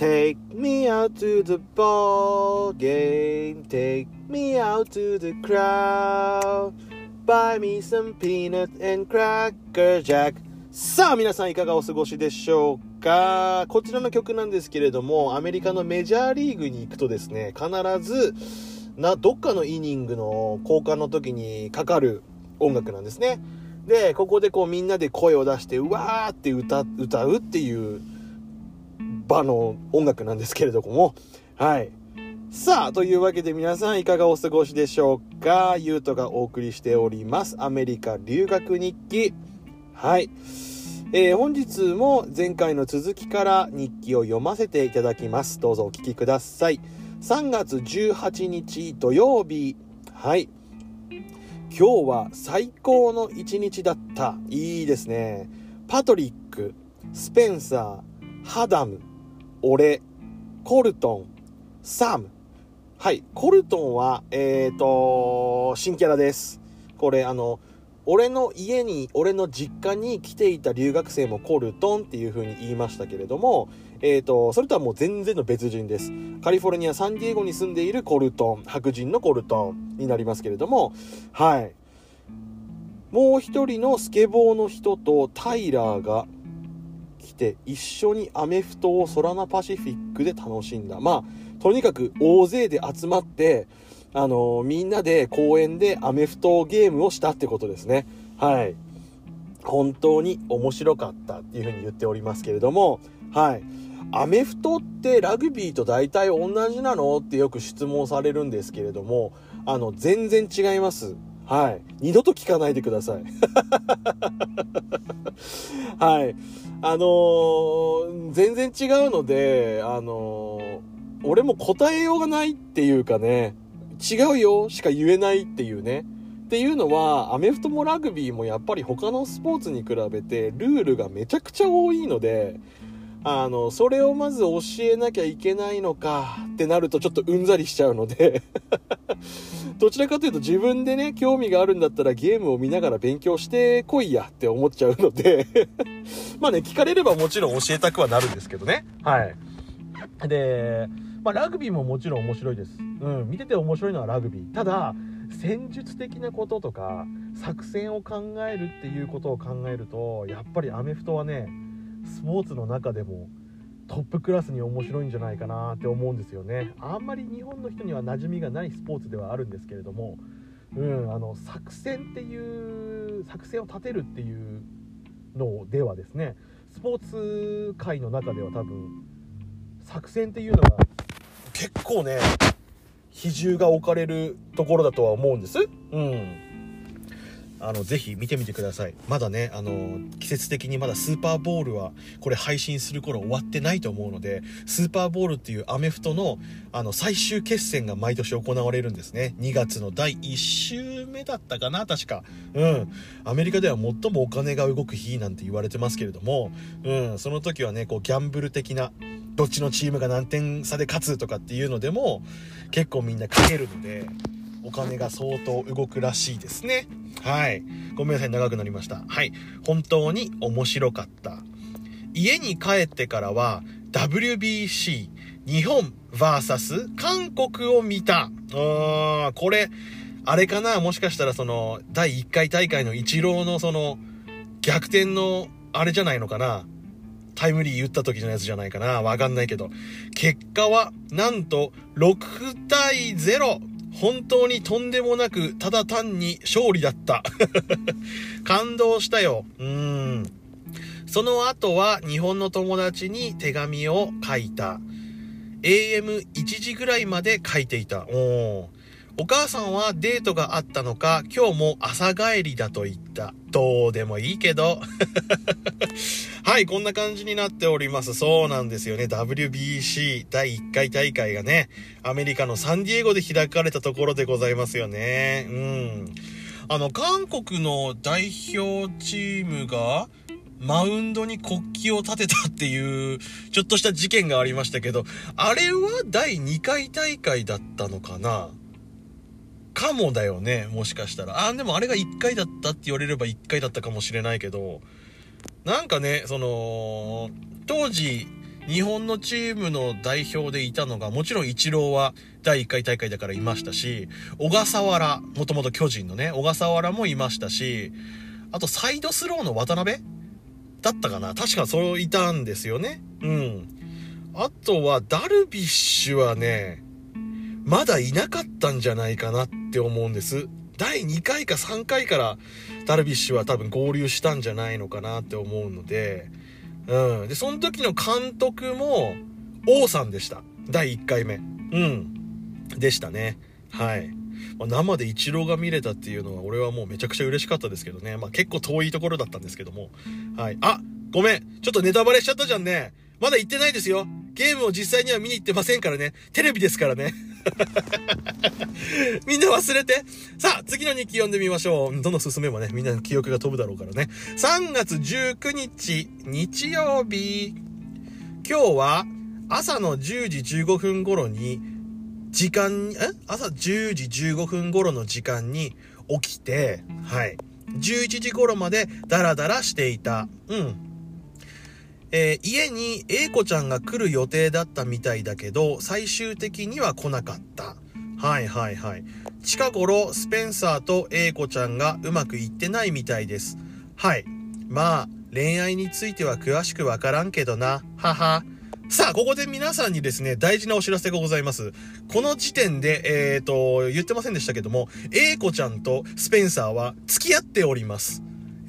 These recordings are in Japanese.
Take me out to the ball game. Take me out to the crowd. Buy me some peanut and cracker jack. さあ皆さんいかがお過ごしでしょうか。こちらの曲なんですけれども、アメリカのメジャーリーグに行くとですね、必ずどっかのイニングの交換の時にかかる音楽なんですね。で、ここでこうみんなで声を出してうわーって歌うっていう場の音楽なんですけれども、はい。さあ、というわけで皆さんいかがお過ごしでしょうか。ゆうとがお送りしておりますアメリカ留学日記。はい。本日も前回の続きから日記を読ませていただきます。どうぞお聞きください。3月18日土曜日。はい。今日は最高の一日だった。いいですね。パトリック、スペンサー、ハダム、俺、コルトン、サム。はい、コルトンは新キャラです。これ俺の家に、俺の実家に来ていた留学生もコルトンっていう風に言いましたけれども、それとはもう全然の別人です。カリフォルニアサンディエゴに住んでいるコルトン、白人のコルトンになりますけれども、はい。もう一人のスケボーの人とタイラーが来て一緒にアメフトをソラナパシフィックで楽しんだ。まあとにかく大勢で集まってみんなで公園でアメフトゲームをしたってことですね。はい。本当に面白かったっていうふうに言っておりますけれども、はい。アメフトってラグビーと大体同じなのってよく質問されるんですけれども、全然違います。はい。二度と聞かないでください。はい。全然違うので、俺も答えようがないっていうかね、違うよしか言えないっていうね。っていうのは、アメフトもラグビーもやっぱり他のスポーツに比べてルールがめちゃくちゃ多いので、それをまず教えなきゃいけないのかってなるとちょっとうんざりしちゃうのでどちらかというと自分でね、興味があるんだったらゲームを見ながら勉強してこいやって思っちゃうのでまあね、聞かれればもちろん教えたくはなるんですけどね。はい。で、まあラグビーももちろん面白いです。見てて面白いのはラグビー。ただ、戦術的なこととか作戦を考えるっていうことを考えると、やっぱりアメフトはね、スポーツの中でもトップクラスに面白いんじゃないかなって思うんですよね。あんまり日本の人には馴染みがないスポーツではあるんですけれども、作戦を立てるっていうのではですね、スポーツ界の中では多分作戦っていうのが結構ね、比重が置かれるところだとは思うんです。ぜひ見てみてください。まだね、季節的にまだスーパーボールはこれ配信する頃終わってないと思うので、スーパーボールっていうアメフトの最終決戦が毎年行われるんですね。2月の第1週目だったかな、確か。アメリカでは最もお金が動く日なんて言われてますけれども、その時はね、こうギャンブル的な、どっちのチームが何点差で勝つとかっていうのでも結構みんなかけるので、お金が相当動くらしいですね。はい。ごめんなさい、長くなりました。はい。本当に面白かった。家に帰ってからは WBC 日本 VS 韓国を見た。これあれかな、もしかしたらその第1回大会のイチローのその逆転のあれじゃないのかな。タイムリー打った時のやつじゃないかな。わかんないけど。結果はなんと6対0。本当にとんでもなくただ単に勝利だった感動したよ。その後は日本の友達に手紙を書いた。 AM1 時ぐらいまで書いていた。お母さんはデートがあったのか今日も朝帰りだと言った。どうでもいいけどはい、こんな感じになっております。そうなんですよね。 WBC 第1回大会がね、アメリカのサンディエゴで開かれたところでございますよね。韓国の代表チームがマウンドに国旗を立てたっていうちょっとした事件がありましたけど、あれは第2回大会だったのかなかもだよね、もしかしたら。でもあれが1回だったって言われれば1回だったかもしれないけど、なんかね、その当時日本のチームの代表でいたのが、もちろんイチローは第1回大会だからいましたし、小笠原、もともと巨人のね、小笠原もいましたし、あとサイドスローの渡辺だったかな、確かそういたんですよね。あとはダルビッシュはね、まだいなかったんじゃないかなって思うんです。第2回か3回からダルビッシュは多分合流したんじゃないのかなって思うので、で、その時の監督も王さんでした。第1回目。でしたね。はい。生でイチローが見れたっていうのは俺はもうめちゃくちゃ嬉しかったですけどね。結構遠いところだったんですけども。はい。あ、ごめん。ちょっとネタバレしちゃったじゃんね。まだ行ってないですよ。ゲームを実際には見に行ってませんからね。テレビですからね。みんな忘れて。さあ、次の日記読んでみましょう。どの進めばね、みんなの記憶が飛ぶだろうからね。3月19日、日曜日。今日は朝の10時15分頃に、朝10時15分頃の時間に起きて、はい。11時頃までダラダラしていた。家に A 子ちゃんが来る予定だったみたいだけど、最終的には来なかった。はい。近頃、スペンサーと A 子ちゃんがうまくいってないみたいです。はい。まあ、恋愛については詳しくわからんけどな。はは。さあ、ここで皆さんにですね、大事なお知らせがございます。この時点で、言ってませんでしたけども、A 子ちゃんとスペンサーは付き合っております。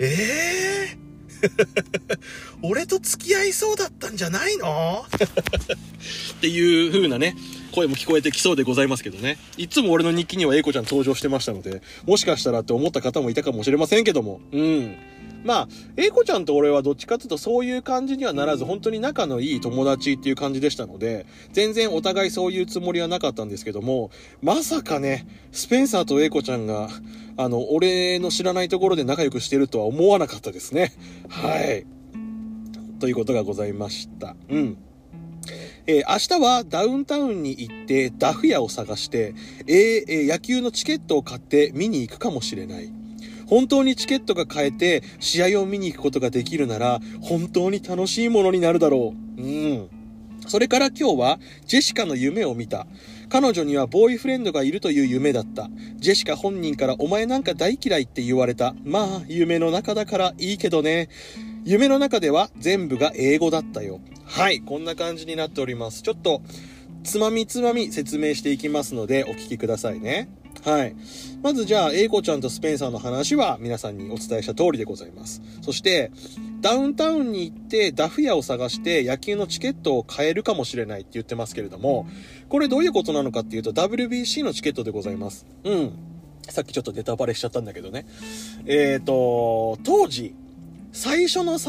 俺と付き合いそうだったんじゃないのっていう風なね、声も聞こえてきそうでございますけどね。いつも俺の日記には A 子ちゃん登場してましたので、もしかしたらって思った方もいたかもしれませんけども。まあ、A 子ちゃんと俺はどっちかというとそういう感じにはならず、本当に仲のいい友達っていう感じでしたので、全然お互いそういうつもりはなかったんですけども、まさかね、スペンサーと A 子ちゃんが、俺の知らないところで仲良くしてるとは思わなかったですね。はい。ということがございました。明日はダウンタウンに行ってダフ屋を探して、野球のチケットを買って見に行くかもしれない。本当にチケットが買えて試合を見に行くことができるなら本当に楽しいものになるだろう。それから今日はジェシカの夢を見た。彼女にはボーイフレンドがいるという夢だった。ジェシカ本人からお前なんか大嫌いって言われた。まあ夢の中だからいいけどね。夢の中では全部が英語だったよ。はい、こんな感じになっております。ちょっとつまみ説明していきますのでお聞きくださいね。はい。まずじゃあ、A 子ちゃんとスペンサーの話は皆さんにお伝えした通りでございます。そして、ダウンタウンに行ってダフ屋を探して野球のチケットを買えるかもしれないって言ってますけれども、これどういうことなのかっていうと WBC のチケットでございます。さっきちょっとネタバレしちゃったんだけどね。当時、最初の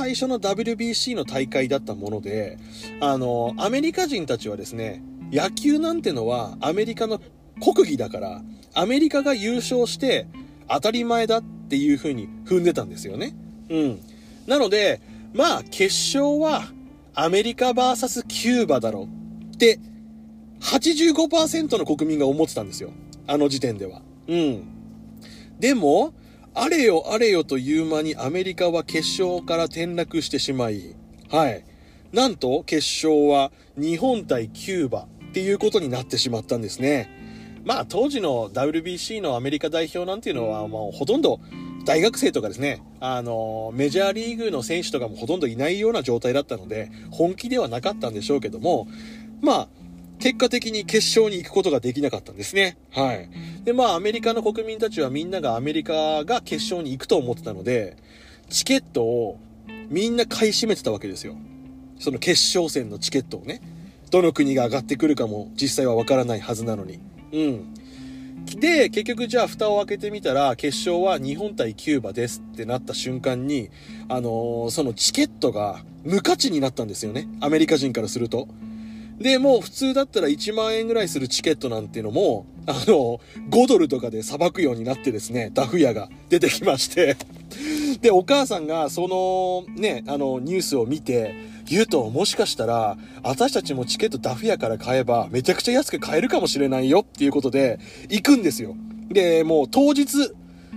WBC の大会だったもので、アメリカ人たちはですね、野球なんてのはアメリカの国技だから、アメリカが優勝して当たり前だっていう風に踏んでたんですよね。なので、まあ決勝はアメリカ VS キューバだろって 85% の国民が思ってたんですよ。あの時点では。でも、あれよという間にアメリカは決勝から転落してしまい、はい。なんと決勝は日本対キューバっていうことになってしまったんですね。まあ当時の WBC のアメリカ代表なんていうのはもうほとんど大学生とかですね、メジャーリーグの選手とかもほとんどいないような状態だったので、本気ではなかったんでしょうけども、まあ結果的に決勝に行くことができなかったんですね。はい。でまあアメリカの国民たちはみんながアメリカが決勝に行くと思ってたので、チケットをみんな買い占めてたわけですよ。その決勝戦のチケットをね。どの国が上がってくるかも実際はわからないはずなのに。で、結局じゃあ蓋を開けてみたら、決勝は日本対キューバですってなった瞬間に、そのチケットが無価値になったんですよね。アメリカ人からすると。で、もう普通だったら1万円ぐらいするチケットなんていうのも、5ドルとかで裁くようになってですね、ダフ屋が出てきまして。で、お母さんがそのね、ニュースを見て、言うと、もしかしたら、私たちもチケットダフ屋から買えば、めちゃくちゃ安く買えるかもしれないよっていうことで、行くんですよ。で、もう当日、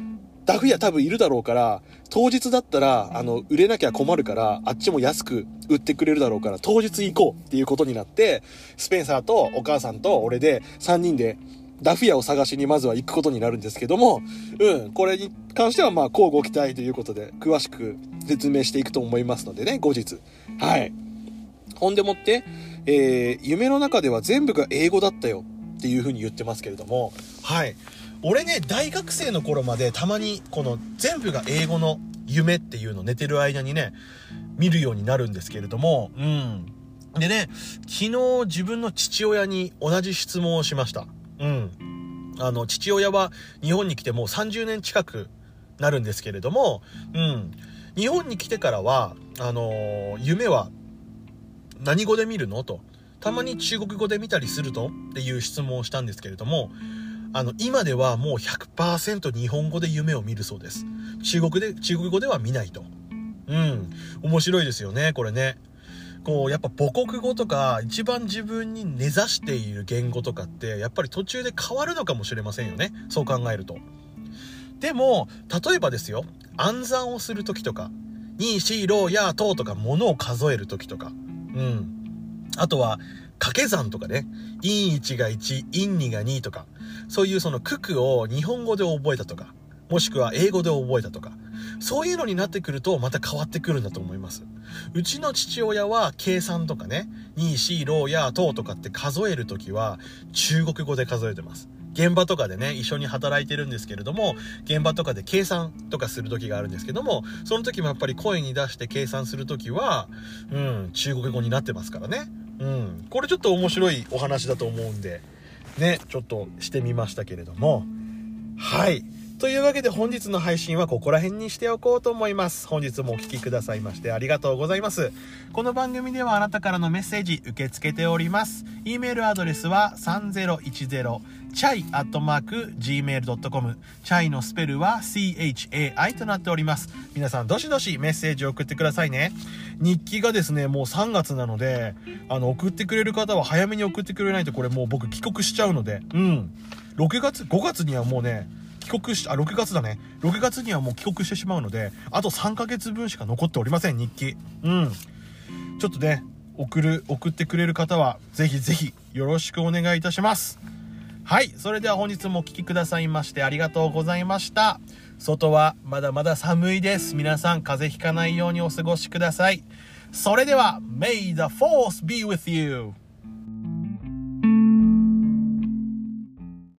ダフ屋多分いるだろうから、当日だったら、売れなきゃ困るから、あっちも安く売ってくれるだろうから、当日行こうっていうことになって、スペンサーとお母さんと俺で3人で、ダフ屋を探しにまずは行くことになるんですけども、これに関してはまあ、交互期待ということで、詳しく説明していくと思いますのでね、後日。はい。ほんでもって、夢の中では全部が英語だったよっていう風に言ってますけれども、はい。俺ね、大学生の頃までたまにこの全部が英語の夢っていうのを寝てる間にね、見るようになるんですけれども、でね、昨日自分の父親に同じ質問をしました。父親は日本に来てもう30年近くなるんですけれども、日本に来てからは、夢は何語で見るのと、たまに中国語で見たりするとっていう質問をしたんですけれども、今ではもう 100% 日本語で夢を見るそうです。中国語では見ないと。面白いですよね、これね。こう、やっぱ母国語とか、一番自分に根ざしている言語とかって、やっぱり途中で変わるのかもしれませんよね。そう考えると。でも、例えばですよ、暗算をするときとか、にしろやととか、物を数えるときとか、あとは、掛け算とかね、陰1が1、陰2が2とか、そういうその九九を日本語で覚えたとか、もしくは英語で覚えたとか、そういうのになってくるとまた変わってくるんだと思います。うちの父親は計算とかね、にしろやととかって数えるときは中国語で数えてます。現場とかでね、一緒に働いてるんですけれども、現場とかで計算とかする時があるんですけども、その時もやっぱり声に出して計算する時は、中国語になってますからね。これちょっと面白いお話だと思うんで、ね、ちょっとしてみましたけれども。はい。というわけで本日の配信はここら辺にしておこうと思います。本日もお聞きくださいましてありがとうございます。この番組ではあなたからのメッセージ受け付けております。e メールアドレスは3010chai@gmail.com チャイのスペルは CHAI となっております。皆さんどしどしメッセージを送ってくださいね。日記がですね、もう3月なので、送ってくれる方は早めに送ってくれないとこれもう僕帰国しちゃうので、5月にはもうね、6月だね。6月にはもう帰国してしまうので、あと3ヶ月分しか残っておりません、日記。ちょっとね、送ってくれる方は、ぜひぜひよろしくお願いいたします。はい、それでは本日もお聞きくださいましてありがとうございました。外はまだまだ寒いです。皆さん風邪ひかないようにお過ごしください。それでは、May the force be with you!